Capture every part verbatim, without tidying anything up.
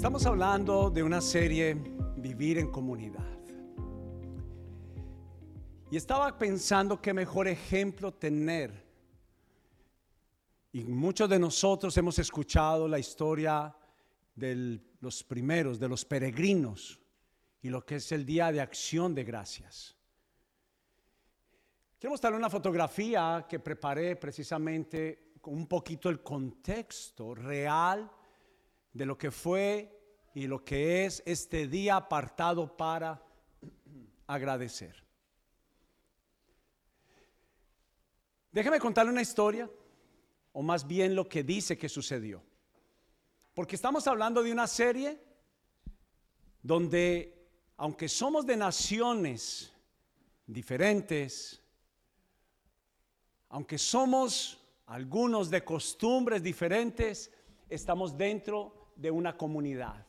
Estamos hablando de una serie, Vivir en Comunidad. Y estaba pensando qué mejor ejemplo tener. Y muchos de nosotros hemos escuchado la historia de los primeros, de los peregrinos, y lo que es el Día de Acción de Gracias. Quiero mostrarle una fotografía que preparé precisamente con un poquito el contexto real de lo que fue y lo que es este día apartado para agradecer. Déjeme contarle una historia, o más bien lo que dice que sucedió. Porque estamos hablando de una serie donde, aunque somos de naciones diferentes, aunque somos algunos de costumbres diferentes, estamos dentro de una comunidad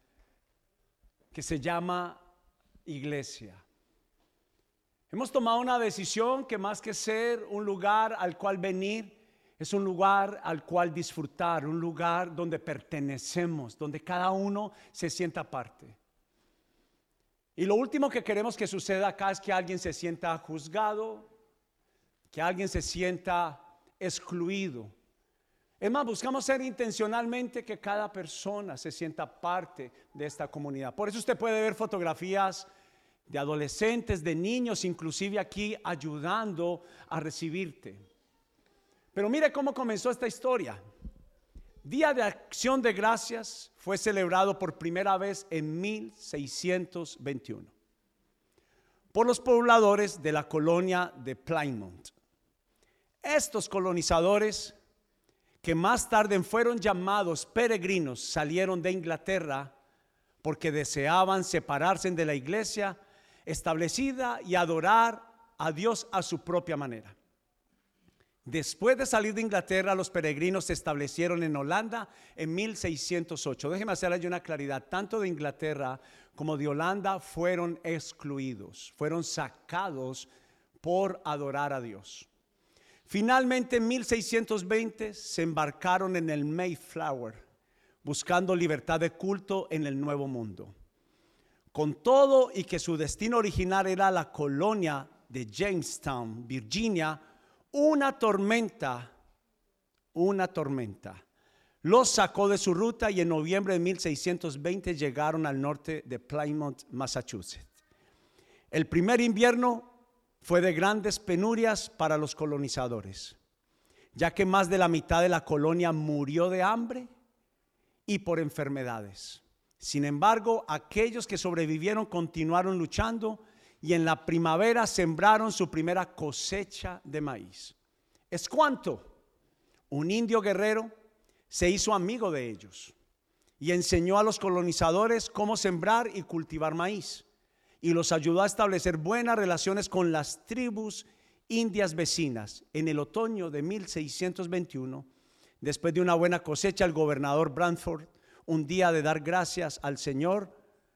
que se llama iglesia. Hemos tomado una decisión que más que ser un lugar al cual venir, es un lugar al cual disfrutar, un lugar donde pertenecemos, donde cada uno se sienta parte. Y lo último que queremos que suceda acá es que alguien se sienta juzgado, que alguien se sienta excluido. Es más, buscamos ser intencionalmente que cada persona se sienta parte de esta comunidad. Por eso usted puede ver fotografías de adolescentes, de niños, inclusive aquí ayudando a recibirte. Pero mire cómo comenzó esta historia. Día de Acción de Gracias fue celebrado por primera vez en mil seiscientos veintiuno por los pobladores de la colonia de Plymouth. Estos colonizadores, que más tarde fueron llamados peregrinos, salieron de Inglaterra porque deseaban separarse de la iglesia establecida y adorar a Dios a su propia manera. Después de salir de Inglaterra, los peregrinos se establecieron en Holanda en mil seiscientos ocho. Déjeme hacerle una claridad: tanto de Inglaterra como de Holanda fueron excluidos, fueron sacados por adorar a Dios. Finalmente, en mil seiscientos veinte se embarcaron en el Mayflower, buscando libertad de culto en el Nuevo Mundo. Con todo y que su destino original era la colonia de Jamestown, Virginia, una tormenta, una tormenta los sacó de su ruta y en noviembre de mil seiscientos veinte llegaron al norte de Plymouth, Massachusetts. El primer invierno fue de grandes penurias para los colonizadores, ya que más de la mitad de la colonia murió de hambre y por enfermedades. Sin embargo, aquellos que sobrevivieron continuaron luchando y en la primavera sembraron su primera cosecha de maíz. Es cuanto un indio guerrero se hizo amigo de ellos y enseñó a los colonizadores cómo sembrar y cultivar maíz, y los ayudó a establecer buenas relaciones con las tribus indias vecinas. En el otoño de mil seiscientos veintiuno, después de una buena cosecha, el gobernador Bradford, un día de dar gracias al Señor,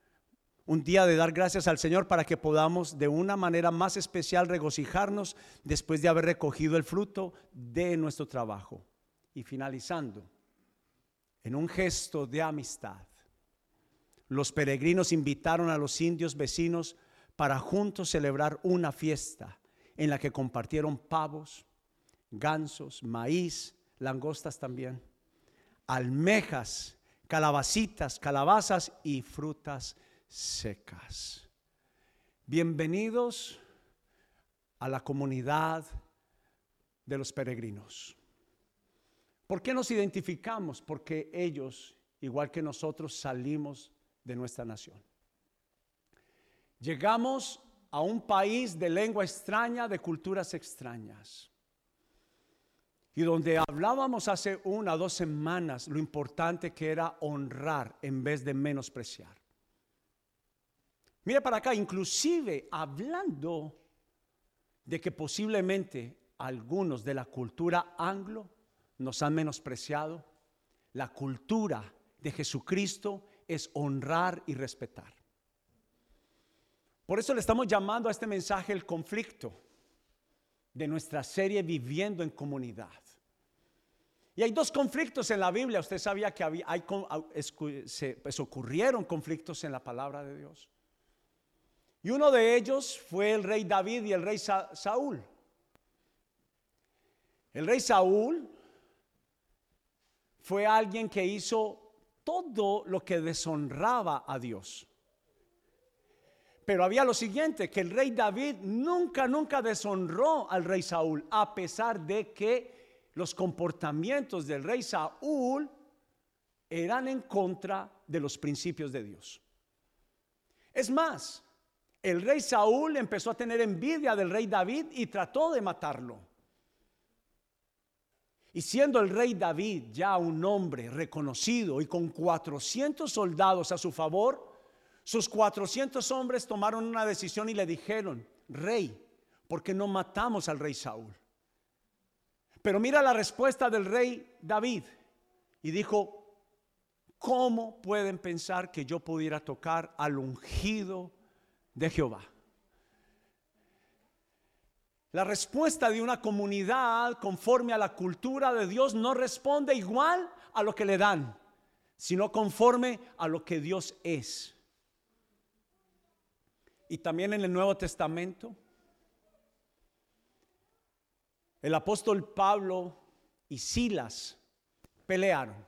un día de dar gracias al Señor para que podamos de una manera más especial regocijarnos después de haber recogido el fruto de nuestro trabajo. Y finalizando, en un gesto de amistad, los peregrinos invitaron a los indios vecinos para juntos celebrar una fiesta en la que compartieron pavos, gansos, maíz, langostas también, almejas, calabacitas, calabazas y frutas secas. Bienvenidos a la comunidad de los peregrinos. ¿Por qué nos identificamos? Porque ellos, igual que nosotros, salimos de nuestra nación. Llegamos a un país de lengua extraña, de culturas extrañas, y donde hablábamos hace una o dos semanas lo importante que era honrar en vez de menospreciar. Mire para acá, inclusive hablando de que posiblemente algunos de la cultura anglo nos han menospreciado, la cultura de Jesucristo es honrar y respetar. Por eso le estamos llamando a este mensaje el conflicto de nuestra serie Viviendo en Comunidad. Y hay dos conflictos en la Biblia. Usted sabía que había, hay, se, pues ocurrieron conflictos en la palabra de Dios. Y uno de ellos fue el rey David y el rey Sa- Saúl. El rey Saúl fue alguien que hizo todo lo que deshonraba a Dios. Pero había lo siguiente, que el rey David nunca, nunca deshonró al rey Saúl, a pesar de que los comportamientos del rey Saúl eran en contra de los principios de Dios. Es más, el rey Saúl empezó a tener envidia del rey David y trató de matarlo. Y siendo el rey David ya un hombre reconocido y con cuatrocientos soldados a su favor, sus cuatrocientos hombres tomaron una decisión y le dijeron: rey, ¿por qué no matamos al rey Saúl? Pero mira la respuesta del rey David, y dijo: ¿cómo pueden pensar que yo pudiera tocar al ungido de Jehová? La respuesta de una comunidad conforme a la cultura de Dios no responde igual a lo que le dan, sino conforme a lo que Dios es. Y también en el Nuevo Testamento, el apóstol Pablo y Silas pelearon.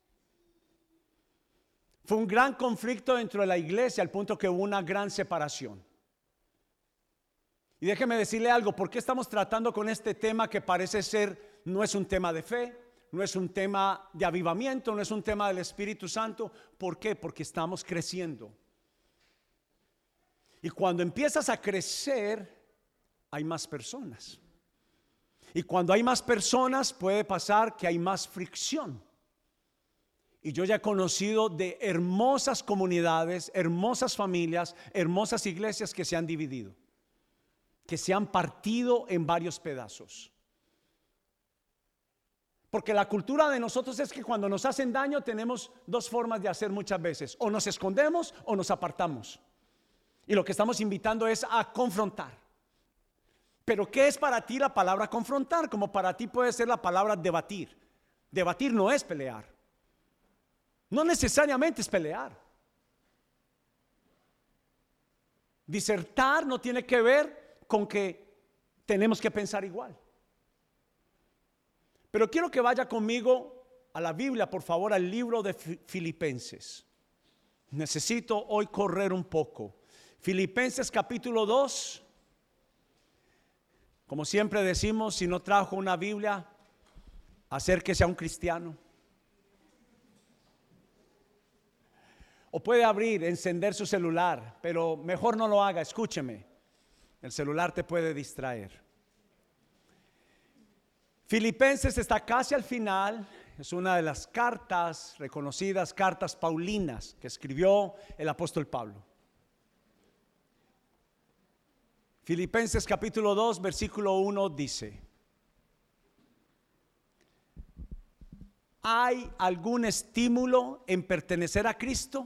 Fue un gran conflicto dentro de la iglesia, al punto que hubo una gran separación. Y déjeme decirle algo: ¿por qué estamos tratando con este tema que parece ser, no es un tema de fe, no es un tema de avivamiento, no es un tema del Espíritu Santo? ¿Por qué? Porque estamos creciendo. Y cuando empiezas a crecer, hay más personas. Y cuando hay más personas, puede pasar que hay más fricción. Y yo ya he conocido de hermosas comunidades, hermosas familias, hermosas iglesias que se han dividido, que se han partido en varios pedazos. Porque la cultura de nosotros es que cuando nos hacen daño tenemos dos formas de hacer muchas veces: o nos escondemos o nos apartamos. Y lo que estamos invitando es a confrontar. Pero ¿qué es para ti la palabra confrontar? Como para ti puede ser la palabra debatir. Debatir no es pelear. No necesariamente es pelear. Disertar no tiene que ver con que tenemos que pensar igual. Pero quiero que vaya conmigo a la Biblia, por favor, al libro de Filipenses. Necesito hoy correr un poco. Filipenses capítulo dos. Como siempre decimos, si no trajo una Biblia, acérquese a un cristiano. O puede abrir, encender su celular, pero mejor no lo haga, escúcheme. El celular te puede distraer. Filipenses está casi al final. Es una de las cartas, reconocidas cartas paulinas, que escribió el apóstol Pablo. Filipenses capítulo dos, versículo uno dice: ¿hay algún estímulo en pertenecer a Cristo?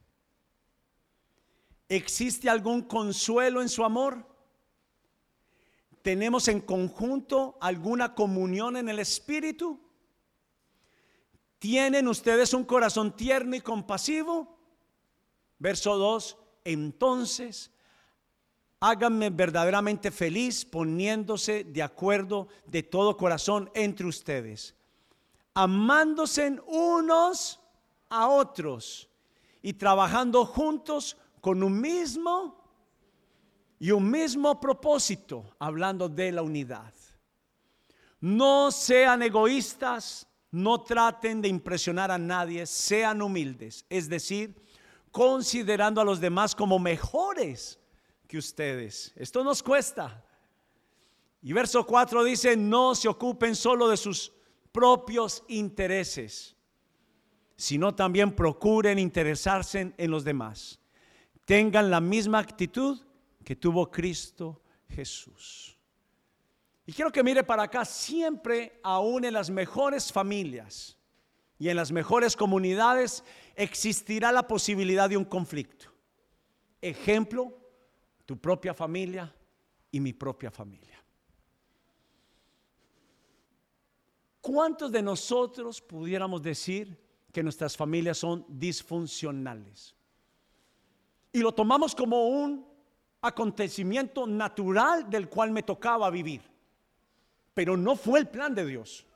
¿Existe algún consuelo en su amor? ¿Tenemos en conjunto alguna comunión en el Espíritu? ¿Tienen ustedes un corazón tierno y compasivo? Verso dos: entonces háganme verdaderamente feliz poniéndose de acuerdo de todo corazón entre ustedes, amándose unos a otros y trabajando juntos con un mismo y un mismo propósito, hablando de la unidad. No sean egoístas, no traten de impresionar a nadie, sean humildes, es decir, considerando a los demás como mejores que ustedes. Esto nos cuesta. Y verso cuatro dice: no se ocupen solo de sus propios intereses, sino también procuren interesarse en los demás. Tengan la misma actitud que tuvo Cristo Jesús. Y quiero que mire para acá. Siempre, aún en las mejores familias y en las mejores comunidades, existirá la posibilidad de un conflicto. Ejemplo: tu propia familia y mi propia familia. ¿Cuántos de nosotros pudiéramos decir que nuestras familias son disfuncionales? Y lo tomamos como un acontecimiento natural del cual me tocaba vivir. Pero no fue el plan de Dios.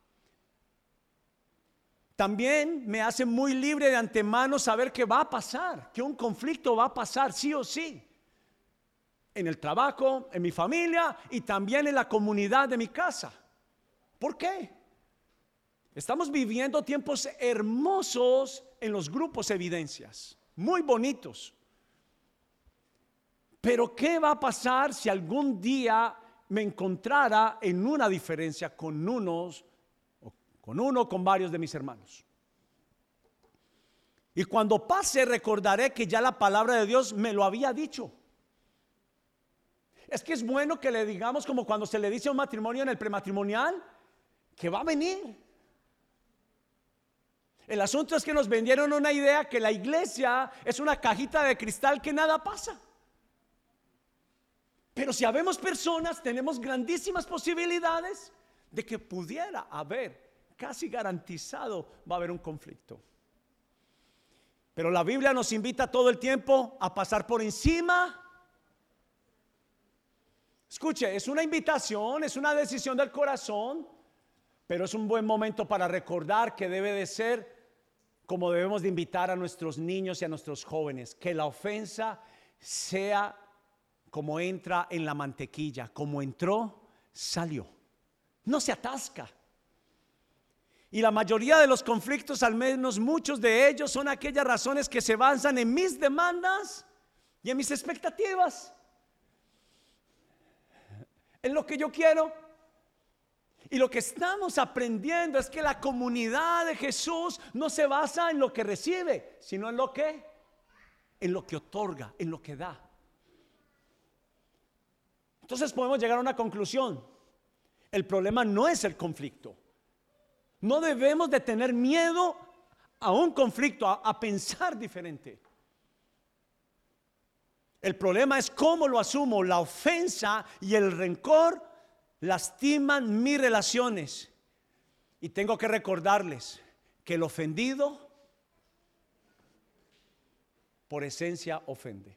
También me hace muy libre de antemano saber que va a pasar, que un conflicto va a pasar sí o sí. En el trabajo, en mi familia y también en la comunidad de mi casa. ¿Por qué? Estamos viviendo tiempos hermosos en los grupos Evidencias, muy bonitos. Pero ¿qué va a pasar si algún día me encontrara en una diferencia con unos, con uno o con varios de mis hermanos? Y cuando pase recordaré que ya la palabra de Dios me lo había dicho. Es que es bueno que le digamos, como cuando se le dice a un matrimonio en el prematrimonial, que va a venir. El asunto es que nos vendieron una idea que la iglesia es una cajita de cristal que nada pasa. Pero si habemos personas, tenemos grandísimas posibilidades de que pudiera haber, casi garantizado, va a haber un conflicto. Pero la Biblia nos invita todo el tiempo a pasar por encima. Escuche, es una invitación, es una decisión del corazón, pero es un buen momento para recordar que debe de ser como debemos de invitar a nuestros niños y a nuestros jóvenes, que la ofensa sea como entra en la mantequilla, como entró, salió, no se atasca. Y la mayoría de los conflictos, al menos muchos de ellos, son aquellas razones que se basan en mis demandas y en mis expectativas, en lo que yo quiero. Y lo que estamos aprendiendo es que la comunidad de Jesús no se basa en lo que recibe, sino en lo que, en lo que otorga, en lo que da. Entonces podemos llegar a una conclusión. El problema no es el conflicto. No debemos de tener miedo a un conflicto, a, a pensar diferente. El problema es cómo lo asumo. La ofensa y el rencor lastiman mis relaciones. Y tengo que recordarles que el ofendido, por esencia, ofende.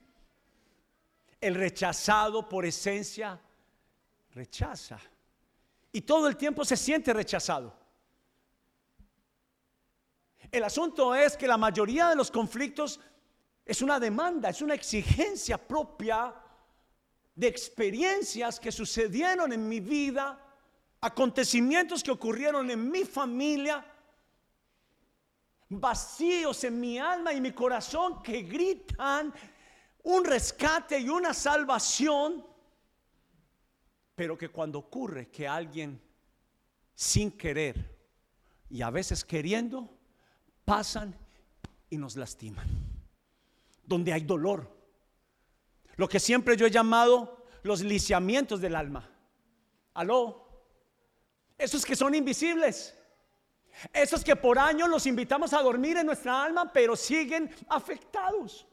El rechazado, por esencia, rechaza. Y todo el tiempo se siente rechazado. El asunto es que la mayoría de los conflictos es una demanda, es una exigencia propia de experiencias que sucedieron en mi vida, acontecimientos que ocurrieron en mi familia, vacíos en mi alma y mi corazón que gritan un rescate y una salvación, pero que cuando ocurre que alguien sin querer y a veces queriendo pasan y nos lastiman, donde hay dolor, lo que siempre yo he llamado los lisiamientos del alma. Aló, esos que son invisibles, esos que por años los invitamos a dormir en nuestra alma, pero siguen afectados.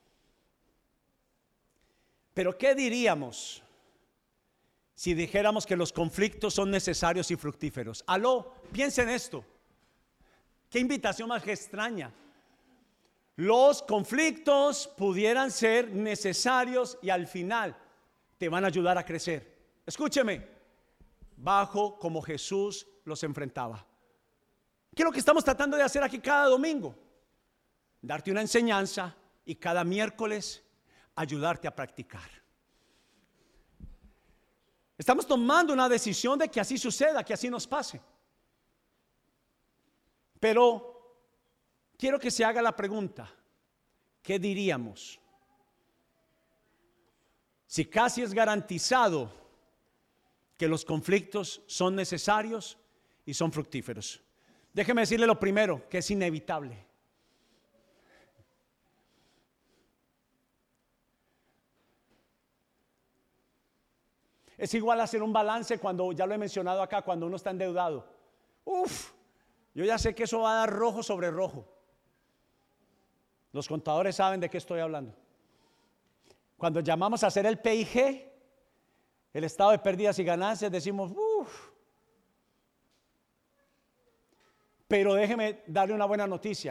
Pero ¿qué diríamos si dijéramos que los conflictos son necesarios y fructíferos? Aló, piensen esto. Qué invitación más extraña. Los conflictos pudieran ser necesarios y al final te van a ayudar a crecer. Escúcheme, bajo como Jesús los enfrentaba. ¿Qué es lo que estamos tratando de hacer aquí cada domingo? Darte una enseñanza y cada miércoles ayudarte a practicar. Estamos tomando una decisión de que así suceda, que así nos pase. Pero quiero que se haga la pregunta, ¿qué diríamos si casi es garantizado que los conflictos son necesarios y son fructíferos? Déjeme decirle lo primero, que es inevitable. Es igual hacer un balance cuando, ya lo he mencionado acá, cuando uno está endeudado. Uf, yo ya sé que eso va a dar rojo sobre rojo. Los contadores saben de qué estoy hablando. Cuando llamamos a hacer el P I G, el estado de pérdidas y ganancias, decimos, uff, Pero déjeme darle una buena noticia.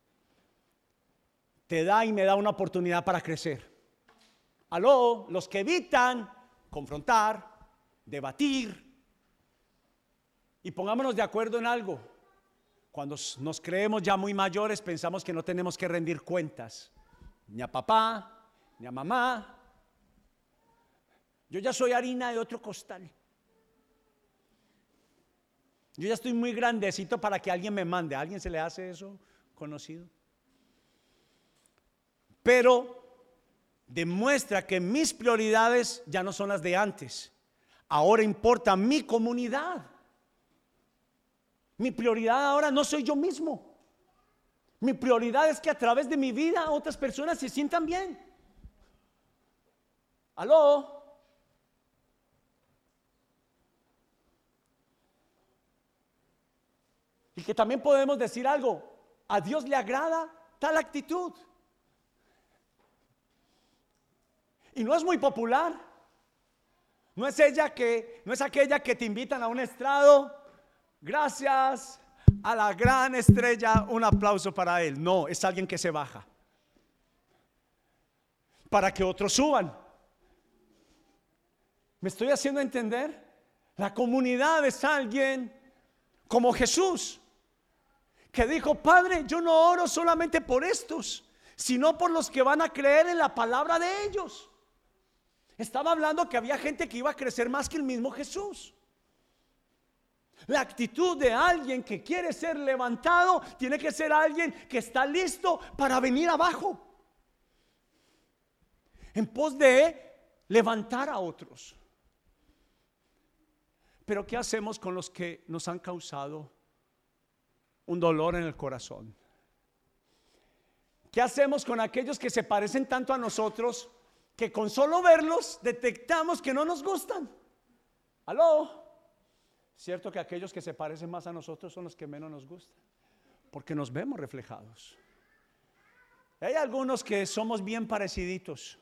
Te da y me da una oportunidad para crecer. Aló, los que evitan confrontar, debatir, y pongámonos de acuerdo en algo. Cuando nos creemos ya muy mayores, pensamos que no tenemos que rendir cuentas, ni a papá, ni a mamá. Yo ya soy harina de otro costal. Yo ya estoy muy grandecito para que alguien me mande. ¿A alguien se le hace eso conocido? Pero demuestra que mis prioridades ya no son las de antes. Ahora importa mi comunidad. Mi prioridad ahora no soy yo mismo. Mi prioridad es que a través de mi vida otras personas se sientan bien. ¿Aló? Y que también podemos decir algo. A Dios le agrada tal actitud. Y no es muy popular. No es ella que, no es aquella que te invitan a un estrado. Gracias a la gran estrella, un aplauso para él. No, es alguien que se baja para que otros suban. ¿Me estoy haciendo entender? La comunidad es alguien como Jesús, que dijo: Padre, yo no oro solamente por estos, sino por los que van a creer en la palabra de ellos. Estaba hablando que había gente que iba a crecer más que el mismo Jesús. La actitud de alguien que quiere ser levantado tiene que ser alguien que está listo para venir abajo, en pos de levantar a otros. Pero ¿qué hacemos con los que nos han causado un dolor en el corazón? ¿Qué hacemos con aquellos que se parecen tanto a nosotros que con solo verlos detectamos que no nos gustan? ¿Aló? Cierto que aquellos que se parecen más a nosotros son los que menos nos gustan, porque nos vemos reflejados. Hay algunos que somos bien pareciditos.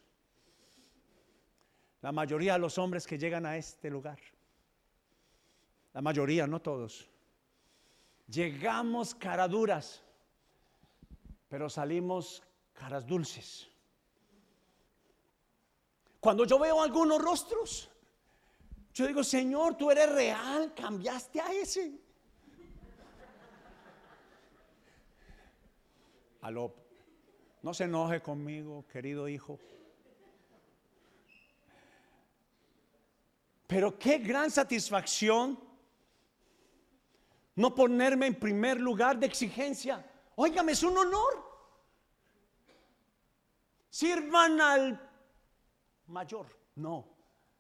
La mayoría de los hombres que llegan a este lugar, la mayoría, no todos, llegamos caraduras, pero salimos caras dulces. Cuando yo veo algunos rostros, yo digo: Señor, tú eres real, cambiaste a ese. Aló, no se enoje conmigo, querido hijo. Pero qué gran satisfacción no ponerme en primer lugar de exigencia. Óigame, es un honor. Sirvan al mayor. No.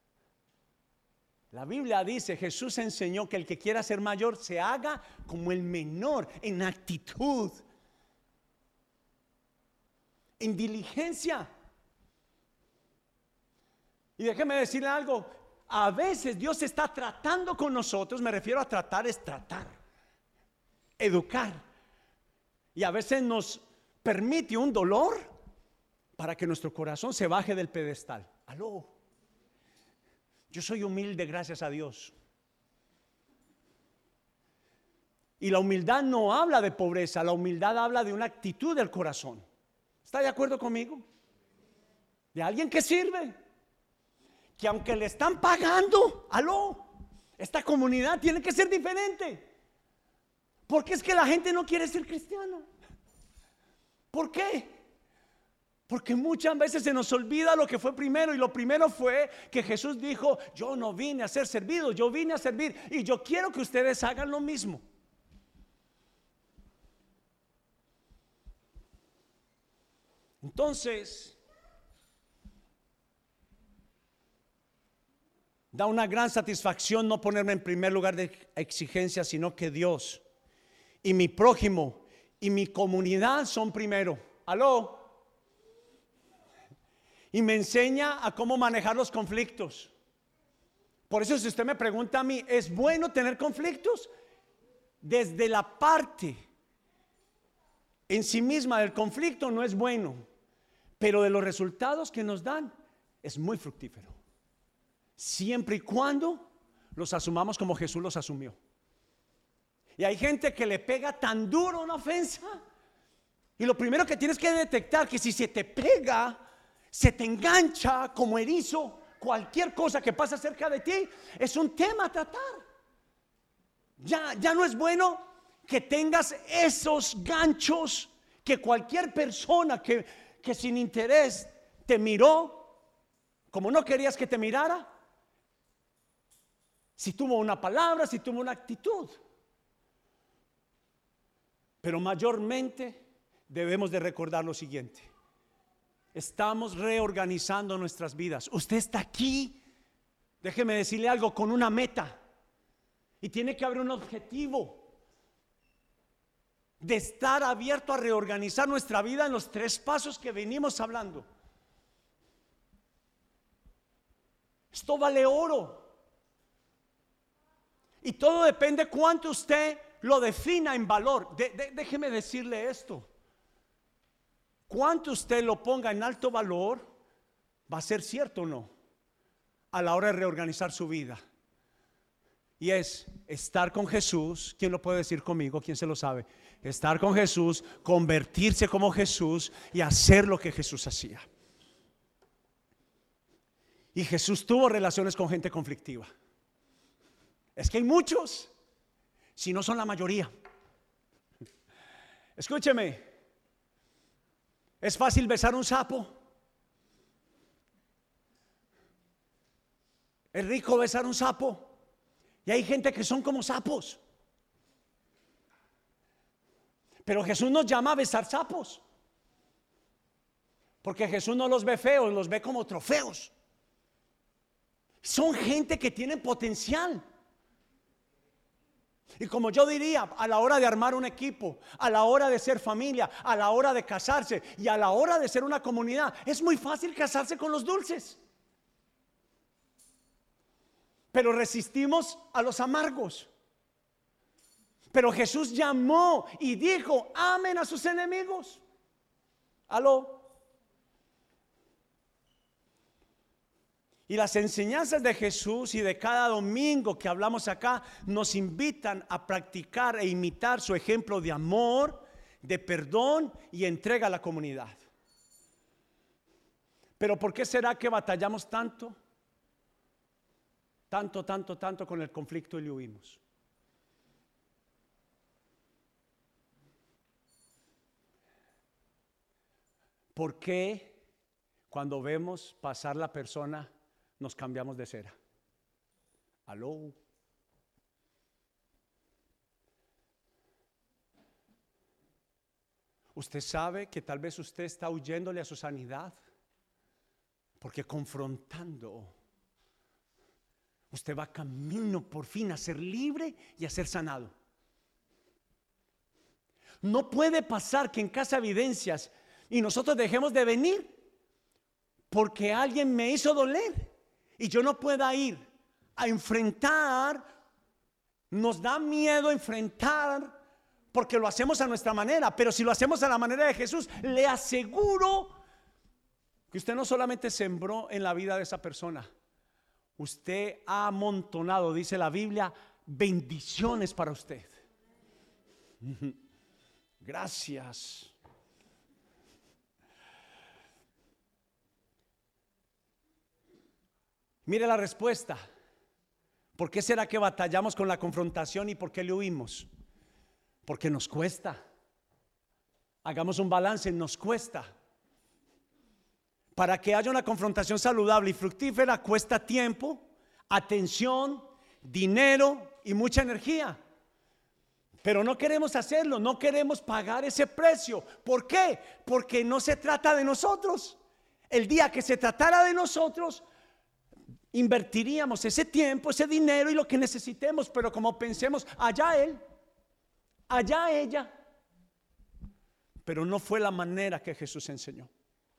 La Biblia dice, Jesús enseñó que el que quiera ser mayor se haga como el menor, en actitud, en diligencia. Y déjeme decirle algo, a veces Dios está tratando con nosotros. Me refiero a tratar, es tratar, educar, y a veces nos permite un dolor para que nuestro corazón se baje del pedestal. Aló. Yo soy humilde, gracias a Dios. Y la humildad no habla de pobreza, la humildad habla de una actitud del corazón. ¿Está de acuerdo conmigo? De alguien que sirve, que aunque le están pagando, aló, esta comunidad tiene que ser diferente. Porque es que la gente no quiere ser cristiana. ¿Por qué? Porque muchas veces se nos olvida lo que fue primero, y lo primero fue que Jesús dijo: yo no vine a ser servido, yo vine a servir, y yo quiero que ustedes hagan lo mismo. Entonces, da una gran satisfacción no ponerme en primer lugar de exigencia, sino que Dios y mi prójimo y mi comunidad son primero. Aló. Y me enseña a cómo manejar los conflictos. Por eso, si usted me pregunta a mí, ¿es bueno tener conflictos? Desde la parte en sí misma del conflicto no es bueno, pero de los resultados que nos dan es muy fructífero, siempre y cuando los asumamos como Jesús los asumió. Y hay gente que le pega tan duro una ofensa. Y lo primero que tienes que detectar que si se te pega, se te engancha como erizo, cualquier cosa que pasa cerca de ti, es un tema a tratar. Ya, ya no es bueno que tengas esos ganchos que cualquier persona que, que sin interés te miró, como no querías que te mirara, si tuvo una palabra, si tuvo una actitud. Pero mayormente debemos de recordar lo siguiente: estamos reorganizando nuestras vidas. Usted está aquí, déjeme decirle algo, con una meta. Y tiene que haber un objetivo de estar abierto a reorganizar nuestra vida en los tres pasos que venimos hablando. Esto vale oro. Y todo depende cuánto usted lo defina en valor. De, de, déjeme decirle esto: cuánto usted lo ponga en alto valor va a ser cierto o no a la hora de reorganizar su vida. Y es estar con Jesús. ¿Quién lo puede decir conmigo? ¿Quién se lo sabe? Estar con Jesús, convertirse como Jesús y hacer lo que Jesús hacía. Y Jesús tuvo relaciones con gente conflictiva. Es que hay muchos, si no son la mayoría. Escúcheme, es fácil besar un sapo. Es rico besar un sapo. Y hay gente que son como sapos. Pero Jesús nos llama a besar sapos, porque Jesús no los ve feos, los ve como trofeos. Son gente que tiene potencial. Y como yo diría, a la hora de armar un equipo, a la hora de ser familia, a la hora de casarse y a la hora de ser una comunidad, es muy fácil casarse con los dulces, pero resistimos a los amargos. Pero Jesús llamó y dijo: amen a sus enemigos. Aló. Y las enseñanzas de Jesús y de cada domingo que hablamos acá nos invitan a practicar e imitar su ejemplo de amor, de perdón y entrega a la comunidad. Pero ¿por qué será que batallamos tanto? Tanto, tanto, tanto con el conflicto y le huimos. ¿Por qué cuando vemos pasar la persona nos cambiamos de cera? Aló. Usted sabe que tal vez usted está huyéndole a su sanidad, porque confrontando usted va camino por fin a ser libre y a ser sanado. No puede pasar que en Casa Evidencias y nosotros dejemos de venir porque alguien me hizo doler y yo no pueda ir a enfrentar. Nos da miedo enfrentar porque lo hacemos a nuestra manera, pero si lo hacemos a la manera de Jesús, le aseguro que usted no solamente sembró en la vida de esa persona, usted ha amontonado, dice la Biblia, bendiciones para usted. Gracias. Mire la respuesta. ¿Por qué será que batallamos con la confrontación y por qué le huimos? Porque nos cuesta. Hagamos un balance, nos cuesta. Para que haya una confrontación saludable y fructífera cuesta tiempo, atención, dinero y mucha energía. Pero no queremos hacerlo, no queremos pagar ese precio. ¿Por qué? Porque no se trata de nosotros. El día que se tratara de nosotros, invertiríamos ese tiempo, ese dinero y lo que necesitemos. Pero como pensemos, allá él, allá ella. Pero no fue la manera que Jesús enseñó.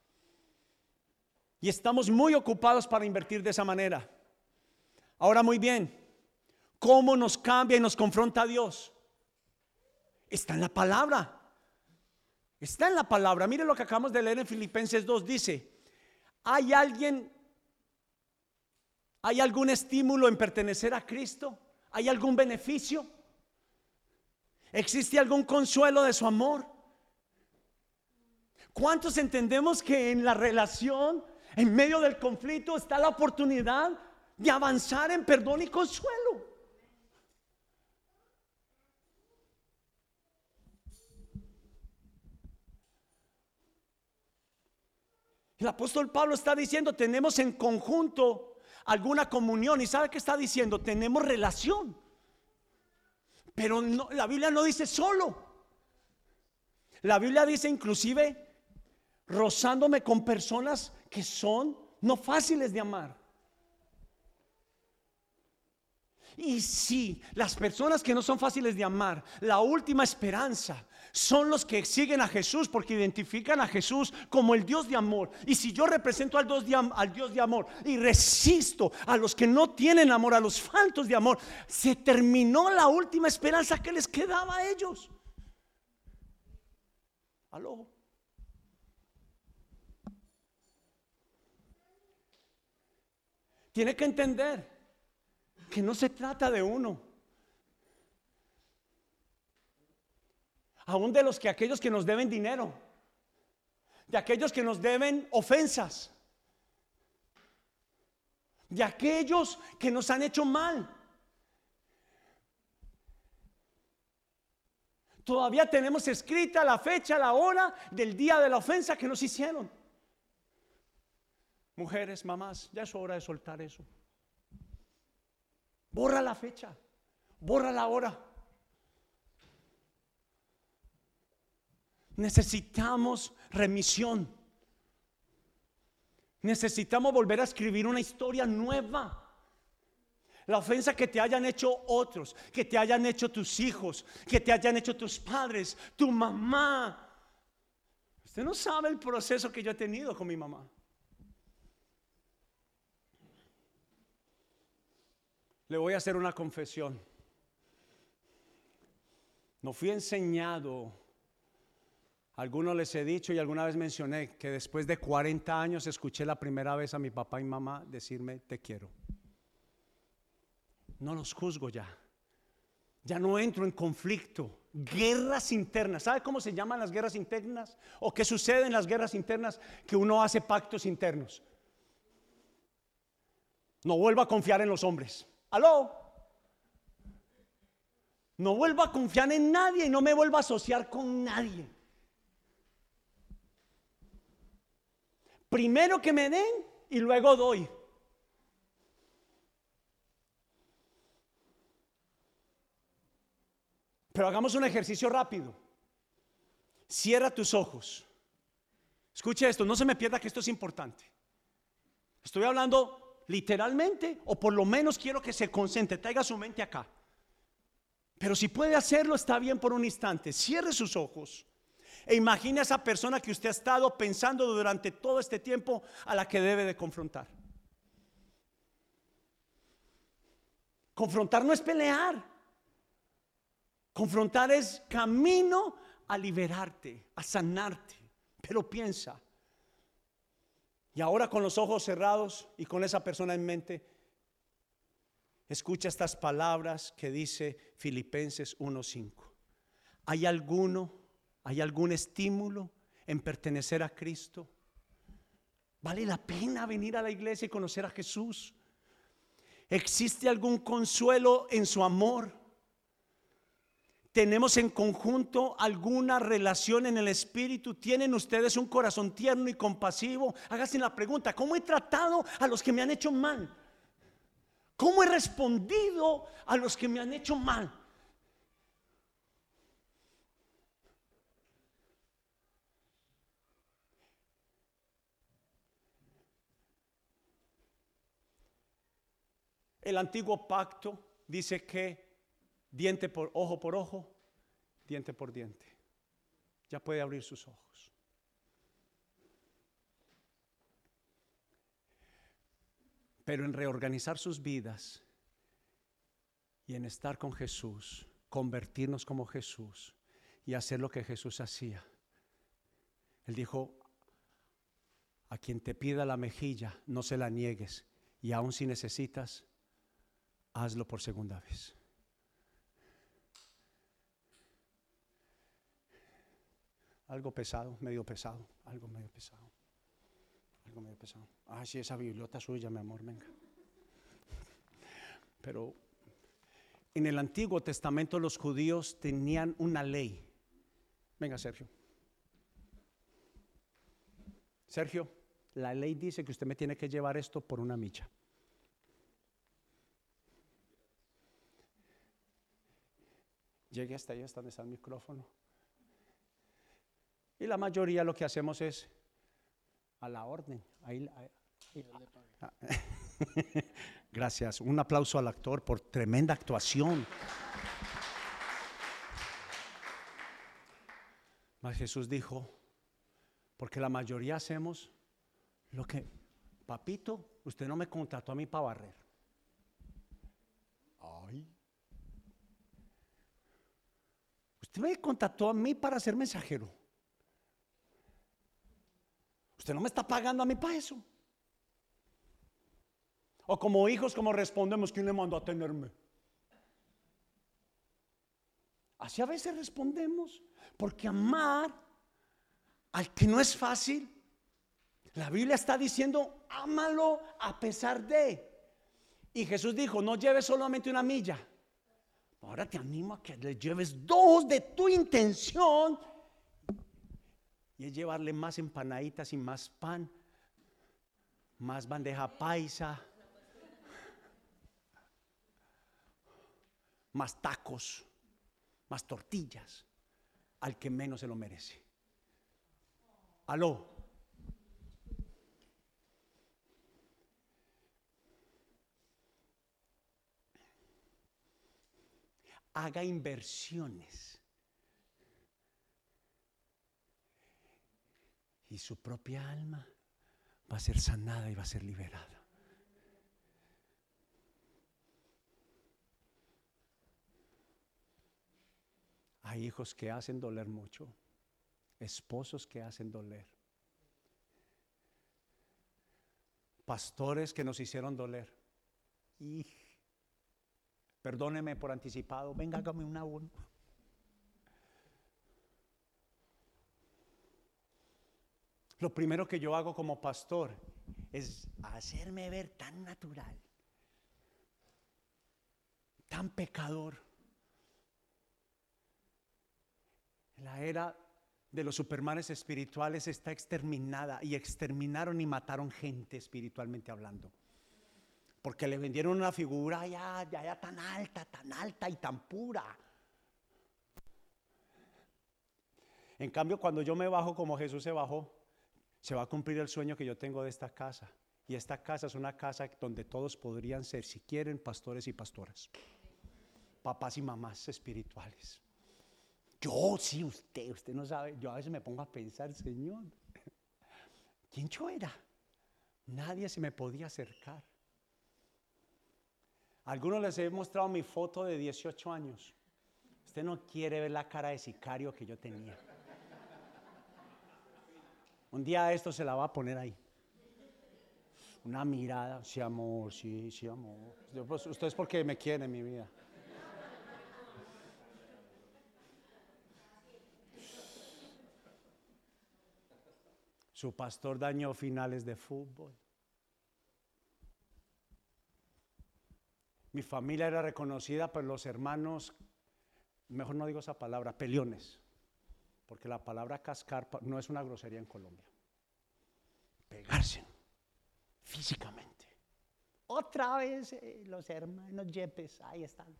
Y estamos muy ocupados para invertir de esa manera. Ahora, muy bien, ¿cómo nos cambia y nos confronta a Dios? Está en la palabra. Está en la palabra. Mire lo que acabamos de leer en Filipenses dos. Dice: ¿hay alguien, hay algún estímulo en pertenecer a Cristo? ¿Hay algún beneficio? ¿Existe algún consuelo de su amor? ¿Cuántos entendemos que en la relación, en medio del conflicto, está la oportunidad de avanzar en perdón y consuelo? El apóstol Pablo está diciendo, tenemos en conjunto alguna comunión. ¿Y sabe qué está diciendo? Tenemos relación. Pero no, la Biblia no dice solo. La Biblia dice inclusive rozándome con personas que son no fáciles de amar. Y si las personas que no son fáciles de amar, la última esperanza son los que siguen a Jesús, porque identifican a Jesús como el Dios de amor. Y si yo represento al Dios de, al Dios de amor y resisto a los que no tienen amor, a los faltos de amor, se terminó la última esperanza que les quedaba a ellos. Aló. Tiene que entender que no se trata de uno. Aún de los que aquellos que nos deben dinero, de aquellos que nos deben ofensas, de aquellos que nos han hecho mal. Todavía tenemos escrita la fecha, la hora del día de la ofensa que nos hicieron. Mujeres, mamás, ya es hora de soltar eso. Borra la fecha, borra la hora. Necesitamos remisión. Necesitamos volver a escribir una historia nueva. La ofensa que te hayan hecho otros, que te hayan hecho tus hijos, que te hayan hecho tus padres, tu mamá. Usted no sabe el proceso que yo he tenido con mi mamá. Le voy a hacer una confesión. No fui enseñado. Algunos les he dicho y alguna vez mencioné que después de cuarenta años escuché la primera vez a mi papá y mamá decirme te quiero. No los juzgo ya. Ya no entro en conflicto. Guerras internas. ¿Sabe cómo se llaman las guerras internas? ¿O qué sucede en las guerras internas? Que uno hace pactos internos. No vuelvo a confiar en los hombres. ¿Aló? No vuelvo a confiar en nadie y no me vuelvo a asociar con nadie. Primero que me den y luego doy. Pero hagamos un ejercicio rápido. Cierra tus ojos. Escuche esto, no se me pierda que esto es importante. Estoy hablando literalmente, o por lo menos quiero que se concentre, traiga su mente acá. Pero si puede hacerlo, está bien por un instante. Cierre sus ojos e imagine a esa persona que usted ha estado pensando durante todo este tiempo a la que debe de confrontar. Confrontar no es pelear. Confrontar es camino a liberarte, a sanarte. Pero piensa. Y ahora con los ojos cerrados y con esa persona en mente, escucha estas palabras que dice Filipenses uno cinco. ¿Hay alguno, hay algún estímulo en pertenecer a Cristo? ¿Vale la pena venir a la iglesia y conocer a Jesús? ¿Existe algún consuelo en su amor? ¿Tenemos en conjunto alguna relación en el espíritu? ¿Tienen ustedes un corazón tierno y compasivo? Háganse la pregunta: ¿cómo he tratado a los que me han hecho mal? ¿Cómo he respondido a los que me han hecho mal? El antiguo pacto dice que diente por ojo por ojo, diente por diente. Ya puede abrir sus ojos. Pero en reorganizar sus vidas y en estar con Jesús, convertirnos como Jesús y hacer lo que Jesús hacía. Él dijo: a quien te pida la mejilla, no se la niegues, y aun si necesitas, hazlo por segunda vez. algo pesado, medio pesado, algo medio pesado, algo medio pesado. Ah, sí, esa bibliota suya, mi amor, venga. Pero en el Antiguo Testamento los judíos tenían una ley. Venga, Sergio. Sergio, la ley dice que usted me tiene que llevar esto por una milla. Llegue hasta ahí, hasta donde está el micrófono. Y la mayoría lo que hacemos es a la orden. Ahí, ahí, ahí. Ah, gracias. Un aplauso al actor por tremenda actuación. Mas Jesús dijo, porque la mayoría hacemos lo que, papito, usted no me contrató a mí para barrer. Ay. Usted me contrató a mí para ser mensajero. Usted no me está pagando a mí para eso. O como hijos, como respondemos, ¿quién le mandó a tenerme? Así a veces respondemos, porque amar al que no es fácil, la Biblia está diciendo, ámalo a pesar de. Y Jesús dijo, no lleves solamente una milla. Ahora te animo a que le lleves dos de tu intención. Y es llevarle más empanaditas y más pan, más bandeja paisa, más tacos, más tortillas, al que menos se lo merece. Aló. Haga inversiones y su propia alma va a ser sanada y va a ser liberada. Hay hijos que hacen doler mucho, esposos que hacen doler, pastores que nos hicieron doler. Y perdóneme por anticipado, venga, hágame un abono. Lo primero que yo hago como pastor es hacerme ver tan natural, tan pecador. La era de los supermanes espirituales está exterminada, y exterminaron y mataron gente espiritualmente hablando, porque le vendieron una figura ya, ya, ya tan alta, tan alta y tan pura. En cambio, cuando yo me bajo como Jesús se bajó, se va a cumplir el sueño que yo tengo de esta casa. Y esta casa es una casa donde todos podrían ser, si quieren, pastores y pastoras, papás y mamás espirituales. Yo, sí, usted, usted no sabe. Yo a veces me pongo a pensar, Señor, ¿quién yo era? Nadie se me podía acercar. A algunos les he mostrado mi foto de dieciocho años. Usted no quiere ver la cara de sicario que yo tenía. Un día esto se la va a poner ahí. Una mirada, sí amor, sí, sí amor. Pues, usted es porque me quiere, mi vida. Su pastor dañó finales de fútbol. Mi familia era reconocida por los hermanos, mejor no digo esa palabra, peleones, porque la palabra cascar no es una grosería en Colombia. Pegarse físicamente. Otra vez eh, los hermanos Yepes, ahí están.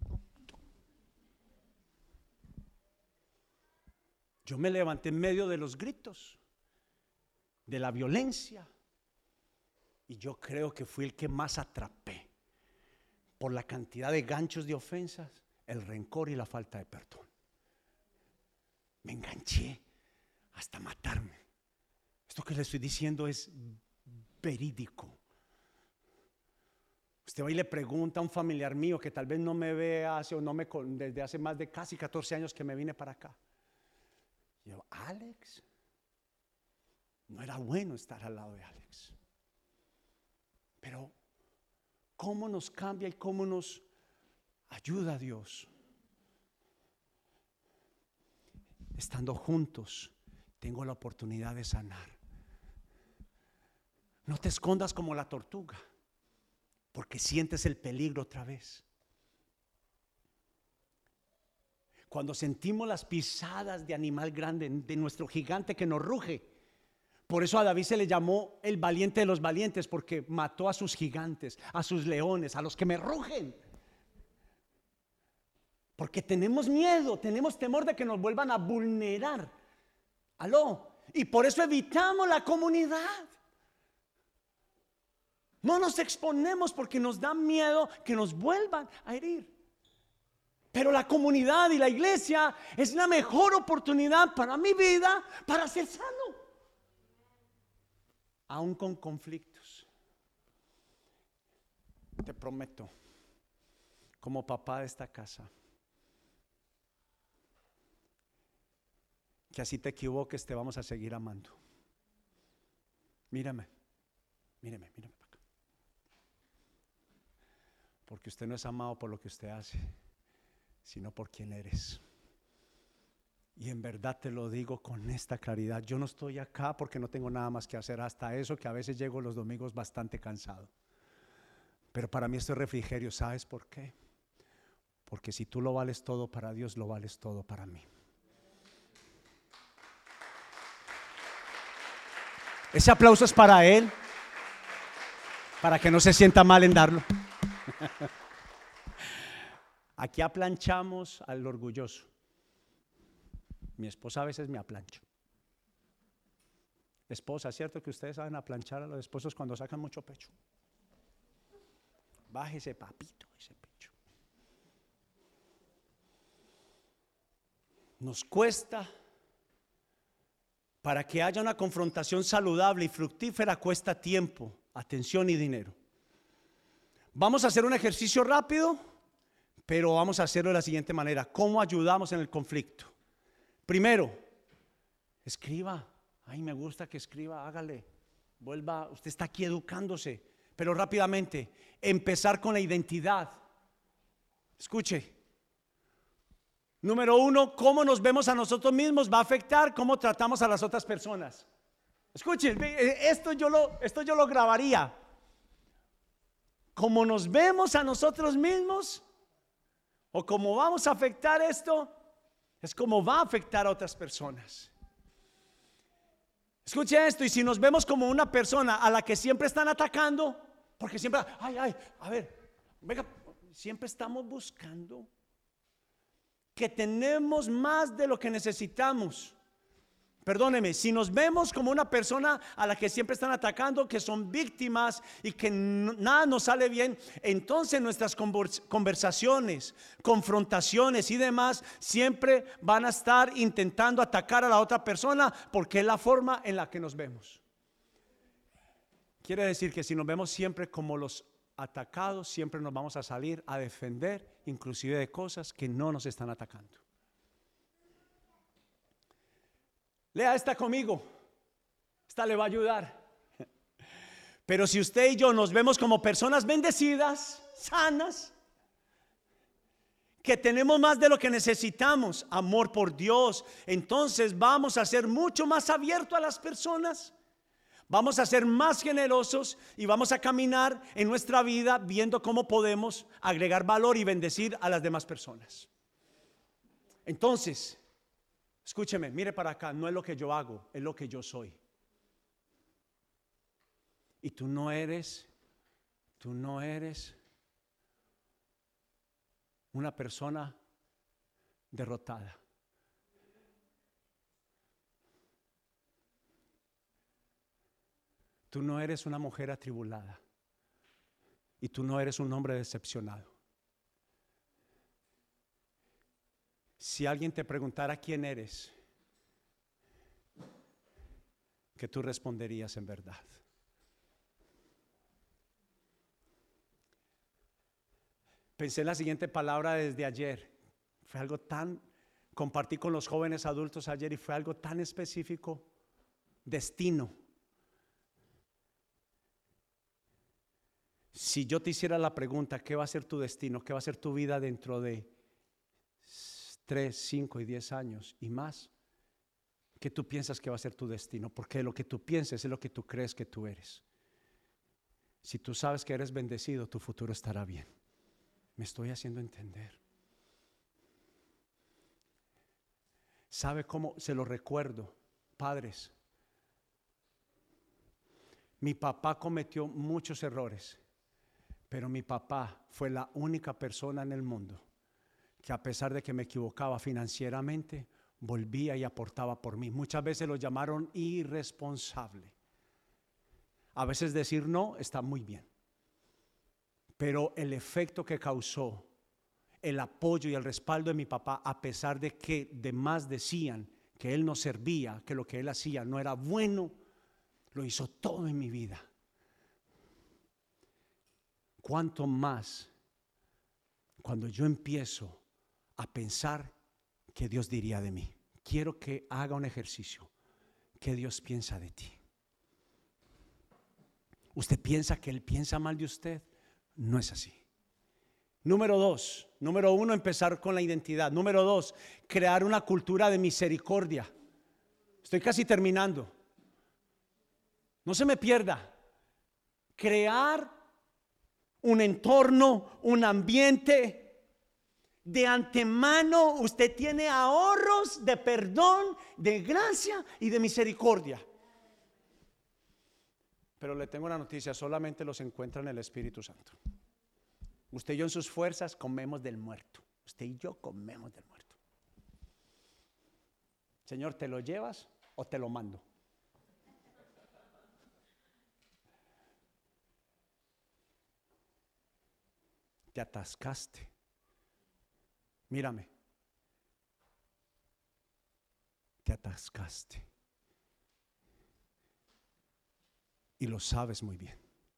Yo me levanté en medio de los gritos, de la violencia, y yo creo que fui el que más atrapé por la cantidad de ganchos de ofensas, el rencor y la falta de perdón. Me enganché hasta matarme. Esto que le estoy diciendo es verídico. Usted va y le pregunta a un familiar mío que tal vez no me ve hace o no me desde hace más de casi catorce años que me vine para acá. Y yo, Alex, no era bueno estar al lado de Alex. Pero ¿cómo nos cambia y cómo nos ayuda a Dios? Estando juntos tengo la oportunidad de sanar. No te escondas como la tortuga, porque sientes el peligro otra vez. Cuando sentimos las pisadas de animal grande, de nuestro gigante que nos ruge. Por eso a David se le llamó el valiente de los valientes, porque mató a sus gigantes, a sus leones, a los que me rugen. Porque tenemos miedo, tenemos temor de que nos vuelvan a vulnerar. Aló. Y por eso evitamos la comunidad. No nos exponemos porque nos da miedo que nos vuelvan a herir. Pero la comunidad y la iglesia es la mejor oportunidad para mi vida, para ser sano. Aún con conflictos. Te prometo, como papá de esta casa, que así te equivoques, te vamos a seguir amando. Mírame, mírame, mírame para acá. Porque usted no es amado por lo que usted hace, sino por quien eres. Y en verdad te lo digo con esta claridad. Yo no estoy acá porque no tengo nada más que hacer, hasta eso que a veces llego los domingos bastante cansado. Pero para mí esto es refrigerio. ¿Sabes por qué? Porque si tú lo vales todo para Dios, lo vales todo para mí. Ese aplauso es para Él, para que no se sienta mal en darlo. Aquí aplanchamos al orgulloso. Mi esposa a veces me aplancha. Esposa, ¿cierto que ustedes saben aplanchar a los esposos cuando sacan mucho pecho? Bájese, papito, ese pecho. Nos cuesta, para que haya una confrontación saludable y fructífera, cuesta tiempo, atención y dinero. Vamos a hacer un ejercicio rápido, pero vamos a hacerlo de la siguiente manera. ¿Cómo ayudamos en el conflicto? Primero, escriba. Ay, me gusta que escriba, hágale. Vuelva, usted está aquí educándose. Pero rápidamente, empezar con la identidad. Escuche. Número uno, cómo nos vemos a nosotros mismos va a afectar cómo tratamos a las otras personas. Escuche, esto yo lo, esto yo lo grabaría. Cómo nos vemos a nosotros mismos, o cómo vamos a afectar esto, es cómo va a afectar a otras personas. Escuche esto, y si nos vemos como una persona a la que siempre están atacando, porque siempre, ay, ay, a ver, venga, siempre estamos buscando que tenemos más de lo que necesitamos. Perdóneme, si nos vemos como una persona a la que siempre están atacando, que son víctimas y que no, nada nos sale bien, entonces nuestras conversaciones, confrontaciones y demás siempre van a estar intentando atacar a la otra persona, porque es la forma en la que nos vemos. Quiere decir que si nos vemos siempre como los atacados, siempre nos vamos a salir a defender, inclusive de cosas que no nos están atacando. Lea esta conmigo, esta le va a ayudar. Pero si usted y yo nos vemos como personas bendecidas, sanas, que tenemos más de lo que necesitamos, amor por Dios, entonces vamos a ser mucho más abiertos a las personas, vamos a ser más generosos y vamos a caminar en nuestra vida viendo cómo podemos agregar valor y bendecir a las demás personas. Entonces, escúcheme, mire para acá, no es lo que yo hago, es lo que yo soy. Y tú no eres, tú no eres una persona derrotada. Tú no eres una mujer atribulada. Y tú no eres un hombre decepcionado. Si alguien te preguntara quién eres, ¿qué tú responderías en verdad? Pensé en la siguiente palabra desde ayer. Fue algo tan, compartí con los jóvenes adultos ayer y fue algo tan específico. Destino. Si yo te hiciera la pregunta, ¿qué va a ser tu destino? ¿Qué va a ser tu vida dentro de tres, cinco y diez años y más? qué tú piensas que va a ser tu destino? Porque lo que tú pienses es lo que tú crees que tú eres. Si tú sabes que eres bendecido, tu futuro estará bien. Me estoy haciendo entender. ¿Sabe cómo? Se lo recuerdo, padres. Mi papá cometió muchos errores, pero mi papá fue la única persona en el mundo que, a pesar de que me equivocaba financieramente, volvía y aportaba por mí. Muchas veces lo llamaron irresponsable. A veces decir no está muy bien, pero el efecto que causó el apoyo y el respaldo de mi papá, a pesar de que demás decían que él no servía, que lo que él hacía no era bueno, lo hizo todo en mi vida. Cuánto más cuando yo empiezo a pensar qué Dios diría de mí. Quiero que haga un ejercicio. ¿Qué Dios piensa de ti? ¿Usted piensa que Él piensa mal de usted? No es así. Número dos, número uno, empezar con la identidad. Número dos, crear una cultura de misericordia. Estoy casi terminando. No se me pierda. Crear un entorno, un ambiente. De antemano usted tiene ahorros de perdón, de gracia y de misericordia. Pero le tengo una noticia, solamente los encuentra en el Espíritu Santo. Usted y yo en sus fuerzas comemos del muerto. Usted y yo comemos del muerto. Señor, ¿te lo llevas o te lo mando? Te atascaste. Mírame. Te atascaste. Y lo sabes muy bien.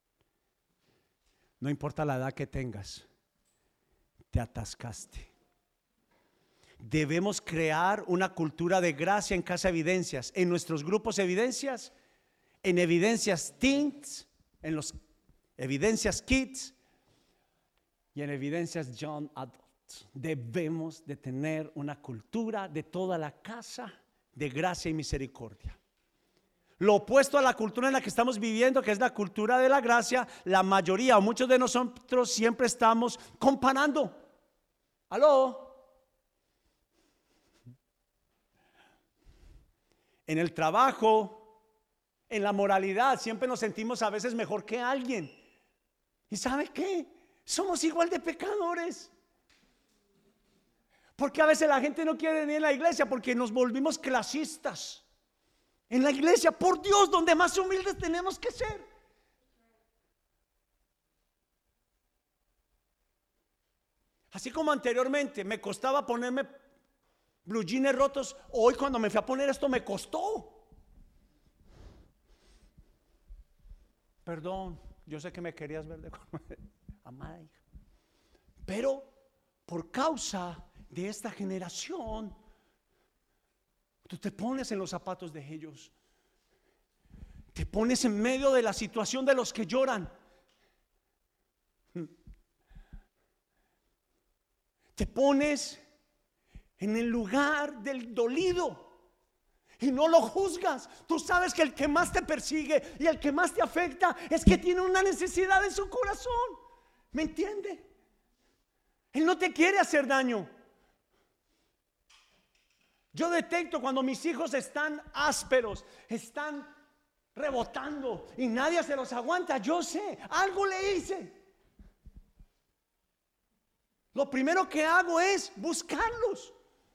No importa la edad que tengas, te atascaste. Debemos crear una cultura de gracia en Casa Evidencias, en nuestros grupos Evidencias, en Evidencias Teens, en los Evidencias Kids y en Evidencias Young Adults. Debemos de tener una cultura de toda la casa de gracia y misericordia. Lo opuesto a la cultura en la que estamos viviendo, que es la cultura de la gracia, la mayoría o muchos de nosotros siempre estamos comparando. ¿Aló? En el trabajo, en la moralidad, siempre nos sentimos a veces mejor que alguien. ¿Y sabe qué? Somos igual de pecadores. Porque a veces la gente no quiere venir a la iglesia porque nos volvimos clasistas. En la iglesia, por Dios, donde más humildes tenemos que ser. Así como anteriormente me costaba ponerme blue jeans rotos, hoy cuando me fui a poner esto me costó. Perdón, yo sé que me querías ver de amada hija, pero por causa de esta generación, tú te pones en los zapatos de ellos, te pones en medio de la situación de los que lloran, te pones en el lugar del dolido y no lo juzgas. Tú sabes que el que más te persigue y el que más te afecta es que tiene una necesidad en su corazón. ¿Me entiende? Él no te quiere hacer daño. Yo detecto cuando mis hijos están ásperos, están rebotando y nadie se los aguanta. Yo sé, algo le hice. Lo primero que hago es buscarlos.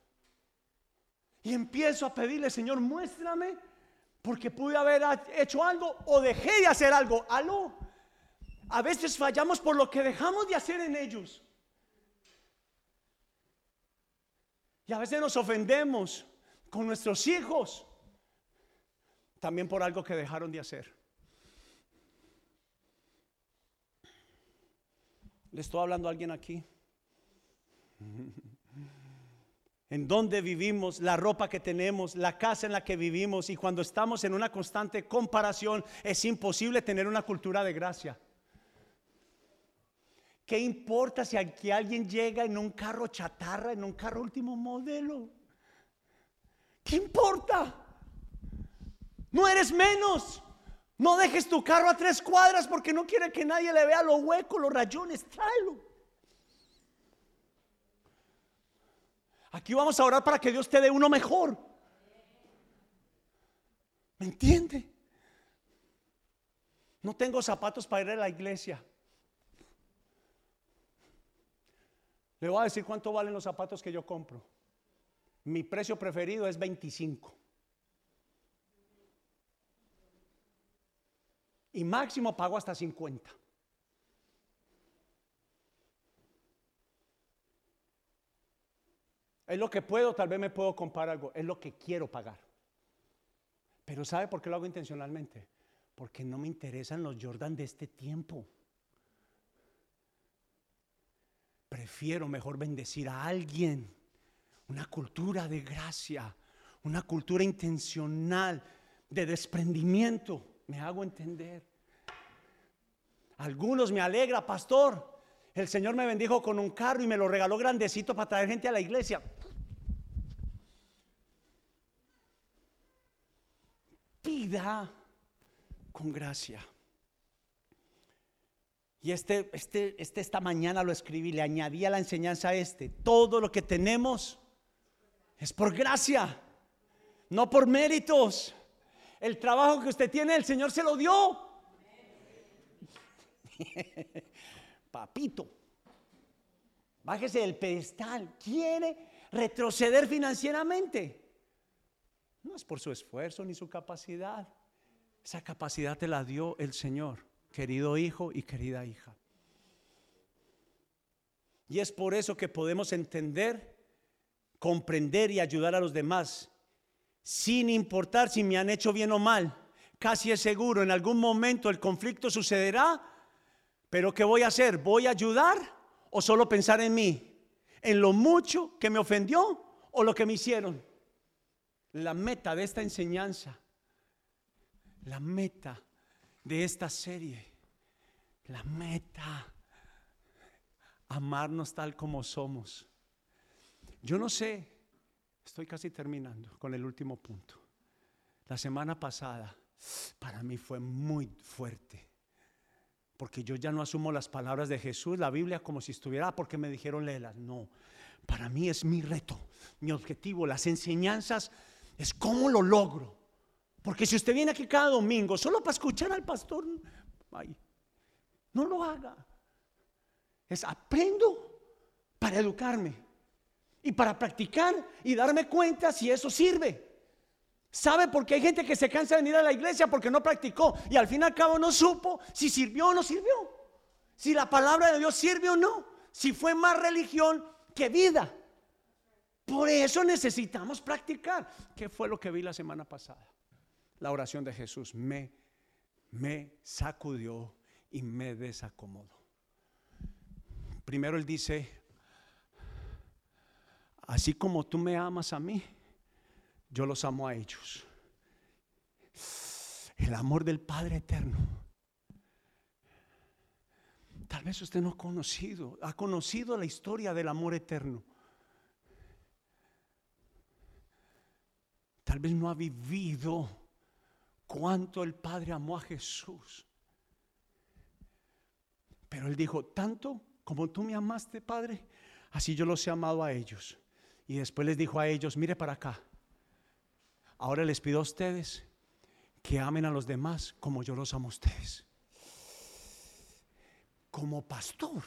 Y empiezo a pedirle, Señor, muéstrame, porque pude haber hecho algo o dejé de hacer algo. Aló. A veces fallamos por lo que dejamos de hacer en ellos. Y a veces nos ofendemos con nuestros hijos también por algo que dejaron de hacer. ¿Le estoy hablando a alguien aquí? En donde vivimos, la ropa que tenemos, la casa en la que vivimos, y cuando estamos en una constante comparación, es imposible tener una cultura de gracia. ¿Qué importa si aquí alguien llega en un carro chatarra, en un carro último modelo? ¿Qué importa? No eres menos. No dejes tu carro a tres cuadras porque no quiere que nadie le vea los huecos, los rayones. Tráelo. Aquí vamos a orar para que Dios te dé uno mejor. ¿Me entiende? No tengo zapatos para ir a la iglesia. Le voy a decir cuánto valen los zapatos que yo compro. Mi precio preferido es veinticinco. Y máximo pago hasta cincuenta. Es lo que puedo, tal vez me puedo comprar algo. Es lo que quiero pagar. Pero ¿sabe por qué lo hago intencionalmente? Porque no me interesan los Jordan de este tiempo. Prefiero mejor bendecir a alguien. Una cultura de gracia, una cultura intencional de desprendimiento. Me hago entender. Algunos me alegra, pastor. El Señor me bendijo con un carro y me lo regaló grandecito para traer gente a la iglesia. Pida con gracia. Y este, este, este esta mañana lo escribí, le añadí a la enseñanza a este: todo lo que tenemos es por gracia, no por méritos. El trabajo que usted tiene, el Señor se lo dio. Papito, bájese del pedestal. ¿Quiere retroceder financieramente? No es por su esfuerzo ni su capacidad. Esa capacidad te la dio el Señor, querido hijo y querida hija. Y es por eso que podemos entender, comprender y ayudar a los demás, sin importar si me han hecho bien o mal. Casi es seguro, en algún momento el conflicto sucederá, pero ¿qué voy a hacer? ¿Voy a ayudar o solo pensar en mí? ¿En lo mucho que me ofendió o lo que me hicieron? La meta de esta enseñanza, la meta de esta serie, la meta, amarnos tal como somos. Yo no sé, estoy casi terminando con el último punto. La semana pasada para mí fue muy fuerte, porque yo ya no asumo las palabras de Jesús, la Biblia, como si estuviera, ah, porque me dijeron léelas. No, para mí es mi reto, mi objetivo. Las enseñanzas es cómo lo logro. Porque si usted viene aquí cada domingo solo para escuchar al pastor, ay, no lo haga. Es aprendo para educarme y para practicar y darme cuenta si eso sirve. ¿Sabe por qué hay gente que se cansa de venir a la iglesia? Porque no practicó y al fin y al cabo no supo si sirvió o no sirvió, si la palabra de Dios sirve o no, si fue más religión que vida. Por eso necesitamos practicar. ¿Qué fue lo que vi la semana pasada? La oración de Jesús me, me sacudió y me desacomodó. Primero él dice: así como tú me amas a mí, yo los amo a ellos. El amor del Padre eterno. Tal vez usted no ha conocido, ha conocido la historia del amor eterno. Tal vez no ha vivido cuánto el Padre amó a Jesús. Pero él dijo: tanto como tú me amaste, Padre, así yo los he amado a ellos. Y después les dijo a ellos: mire para acá, ahora les pido a ustedes que amen a los demás como yo los amo a ustedes. Como pastor,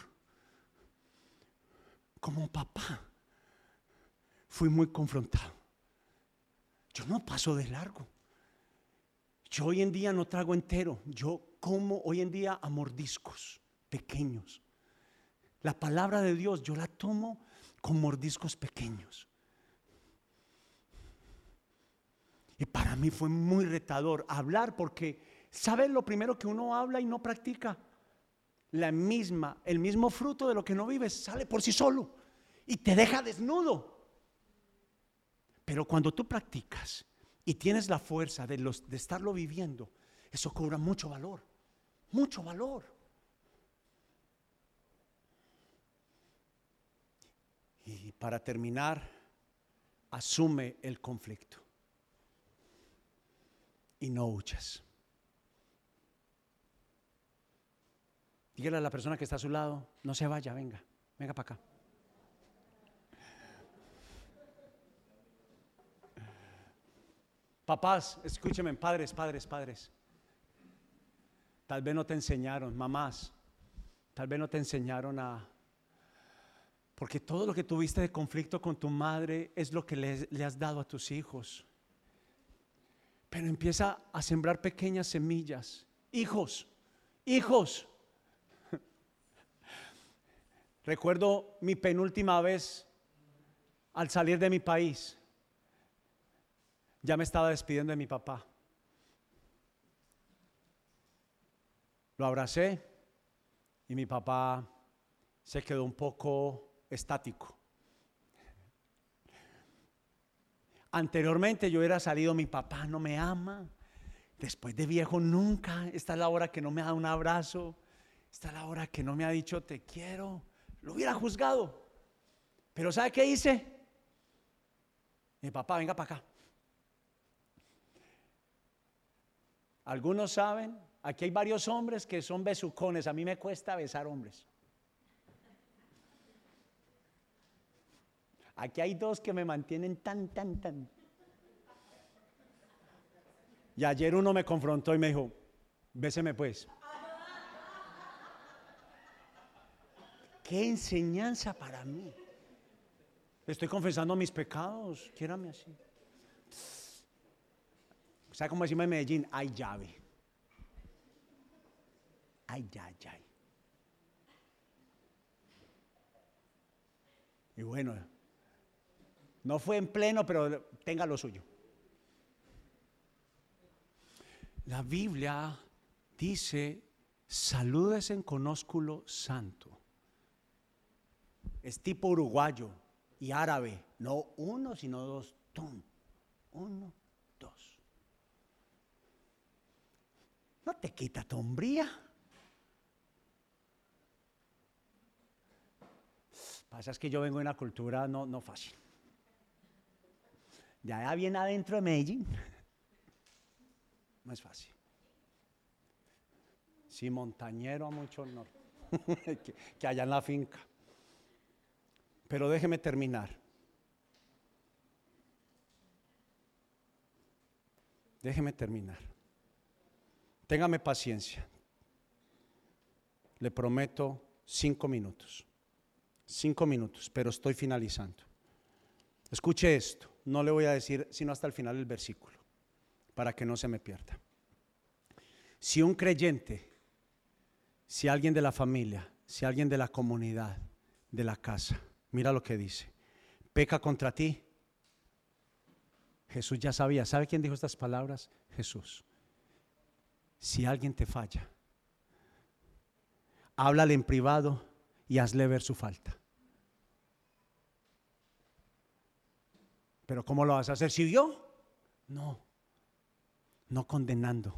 como papá, fui muy confrontado. Yo no paso de largo. Yo hoy en día no trago entero. Yo como hoy en día a mordiscos pequeños. La palabra de Dios yo la tomo con mordiscos pequeños. Y para mí fue muy retador hablar, porque ¿sabes lo primero que uno habla y no practica? La misma, el mismo fruto de lo que no vives sale por sí solo y te deja desnudo. Pero cuando tú practicas y tienes la fuerza de, los, de estarlo viviendo, eso cobra mucho valor, mucho valor. Y para terminar, asume el conflicto. y no huyas. Dígale a la persona que está a su lado, no se vaya, venga, venga para acá. Papás, escúchenme, padres, padres, padres. Tal vez no te enseñaron, mamás, tal vez no te enseñaron a... Porque todo lo que tuviste de conflicto con tu madre es lo que le, le has dado a tus hijos. Pero empieza a sembrar pequeñas semillas. Hijos, hijos. Recuerdo mi penúltima vez al salir de mi país. Ya me estaba despidiendo de mi papá. Lo abracé y mi papá se quedó un poco estático. Anteriormente yo hubiera salido, mi papá no me ama. Después de viejo nunca. Esta es la hora que no me da un abrazo. Esta es la hora que no me ha dicho te quiero. Lo hubiera juzgado. Pero ¿sabe qué hice? Mi papá, venga para acá. Algunos saben, aquí hay varios hombres que son besucones. A mí me cuesta besar hombres. Aquí hay dos que me mantienen tan, tan, tan. Y ayer uno me confrontó y me dijo, béseme pues. Qué enseñanza para mí. Estoy confesando mis pecados, quiérame así. ¿Sabe cómo decimos en Medellín? Ay, llave. Ay, ay, ay. Y bueno, no fue en pleno, pero tenga lo suyo. La Biblia dice, salúdesen con ósculo santo. Es tipo uruguayo y árabe. No uno, sino dos. Tum. Uno, dos. No te quita tu hombría. Pasa es que yo vengo de una cultura no, no fácil. De allá bien adentro de Medellín. No es fácil. Sí, montañero a mucho honor. que, que allá en la finca. Pero déjeme terminar. Déjeme terminar. Téngame paciencia. Le prometo cinco minutos. Cinco minutos, pero estoy finalizando. Escuche esto. No le voy a decir sino hasta el final del versículo, para que no se me pierda. Si un creyente, si alguien de la familia, si alguien de la comunidad, de la casa, mira lo que dice, peca contra ti. Jesús ya sabía. ¿Sabe quién dijo estas palabras? Jesús. Si alguien te falla, háblale en privado y hazle ver su falta. Pero ¿cómo lo vas a hacer? ¿Si yo? No, no condenando.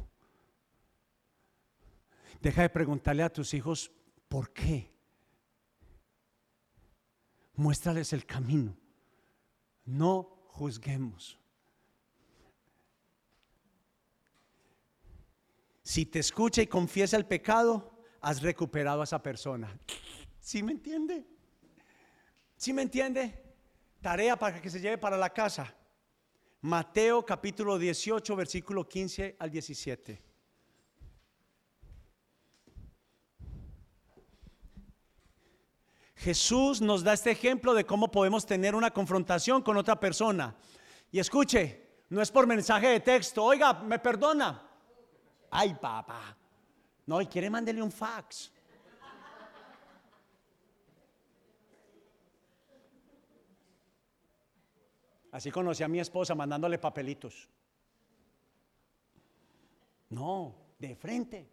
Deja de preguntarle a tus hijos ¿por qué? Muéstrales el camino. No juzguemos. Si te escucha y confiesa el pecado, has recuperado a esa persona. ¿Sí me entiende? ¿Sí me entiende? Tarea para que se lleve para la casa. Mateo capítulo dieciocho, versículo quince al diecisiete. Jesús nos da este ejemplo de cómo podemos tener una confrontación con otra persona. Y escuche, no es por mensaje de texto. Oiga, ¿me perdona? Ay, papá. No, y quiere mándele un fax. Así conocí a mi esposa mandándole papelitos. No, de frente.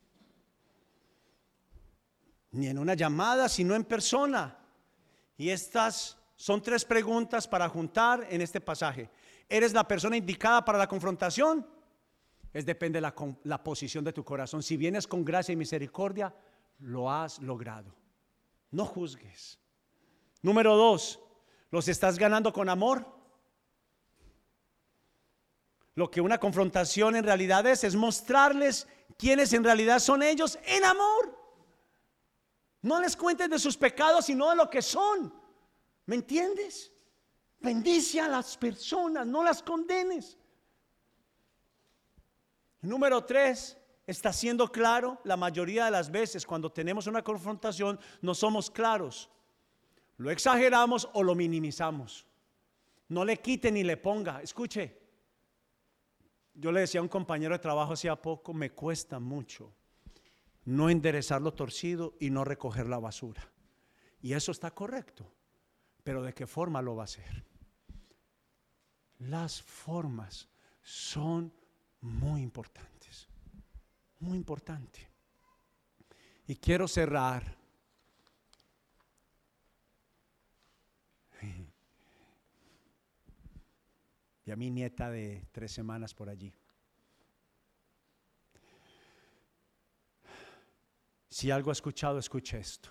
Ni en una llamada, sino en persona. Y estas son tres preguntas para juntar en este pasaje. ¿Eres la persona indicada para la confrontación? Es depende de la, la posición de tu corazón. Si vienes con gracia y misericordia, lo has logrado. No juzgues. Número dos, ¿los estás ganando con amor? Lo que una confrontación en realidad es, es mostrarles quiénes en realidad son ellos en amor. No les cuentes de sus pecados, sino de lo que son. ¿Me entiendes? Bendice a las personas, no las condenes. Número tres, está siendo claro. La mayoría de las veces cuando tenemos una confrontación no somos claros. Lo exageramos o lo minimizamos. No le quite ni le ponga. Escuche, yo le decía a un compañero de trabajo hacía poco, me cuesta mucho no enderezar lo torcido y no recoger la basura. Y eso está correcto, pero ¿de qué forma lo va a hacer? Las formas son muy importantes, muy importante. Y quiero cerrar y a mi nieta de tres semanas por allí. Si algo ha escuchado, escuche esto.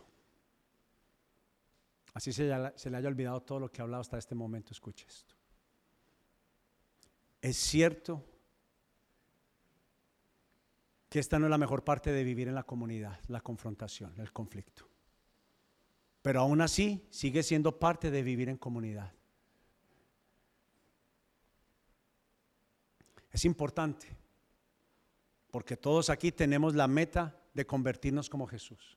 Así se, se le haya olvidado todo lo que he hablado hasta este momento, escuche esto. Es cierto que esta no es la mejor parte de vivir en la comunidad, la confrontación, el conflicto. Pero aún así sigue siendo parte de vivir en comunidad. Es importante porque todos aquí tenemos la meta de convertirnos como Jesús.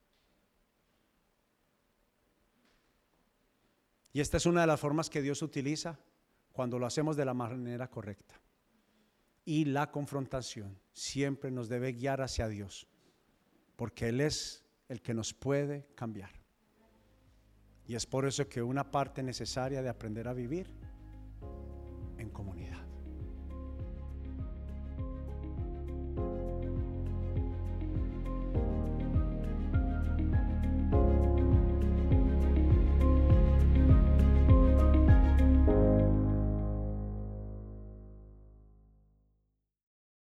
Y esta es una de las formas que Dios utiliza cuando lo hacemos de la manera correcta. Y la confrontación siempre nos debe guiar hacia Dios, porque Él es el que nos puede cambiar. Y es por eso que una parte necesaria de aprender a vivir en comunidad.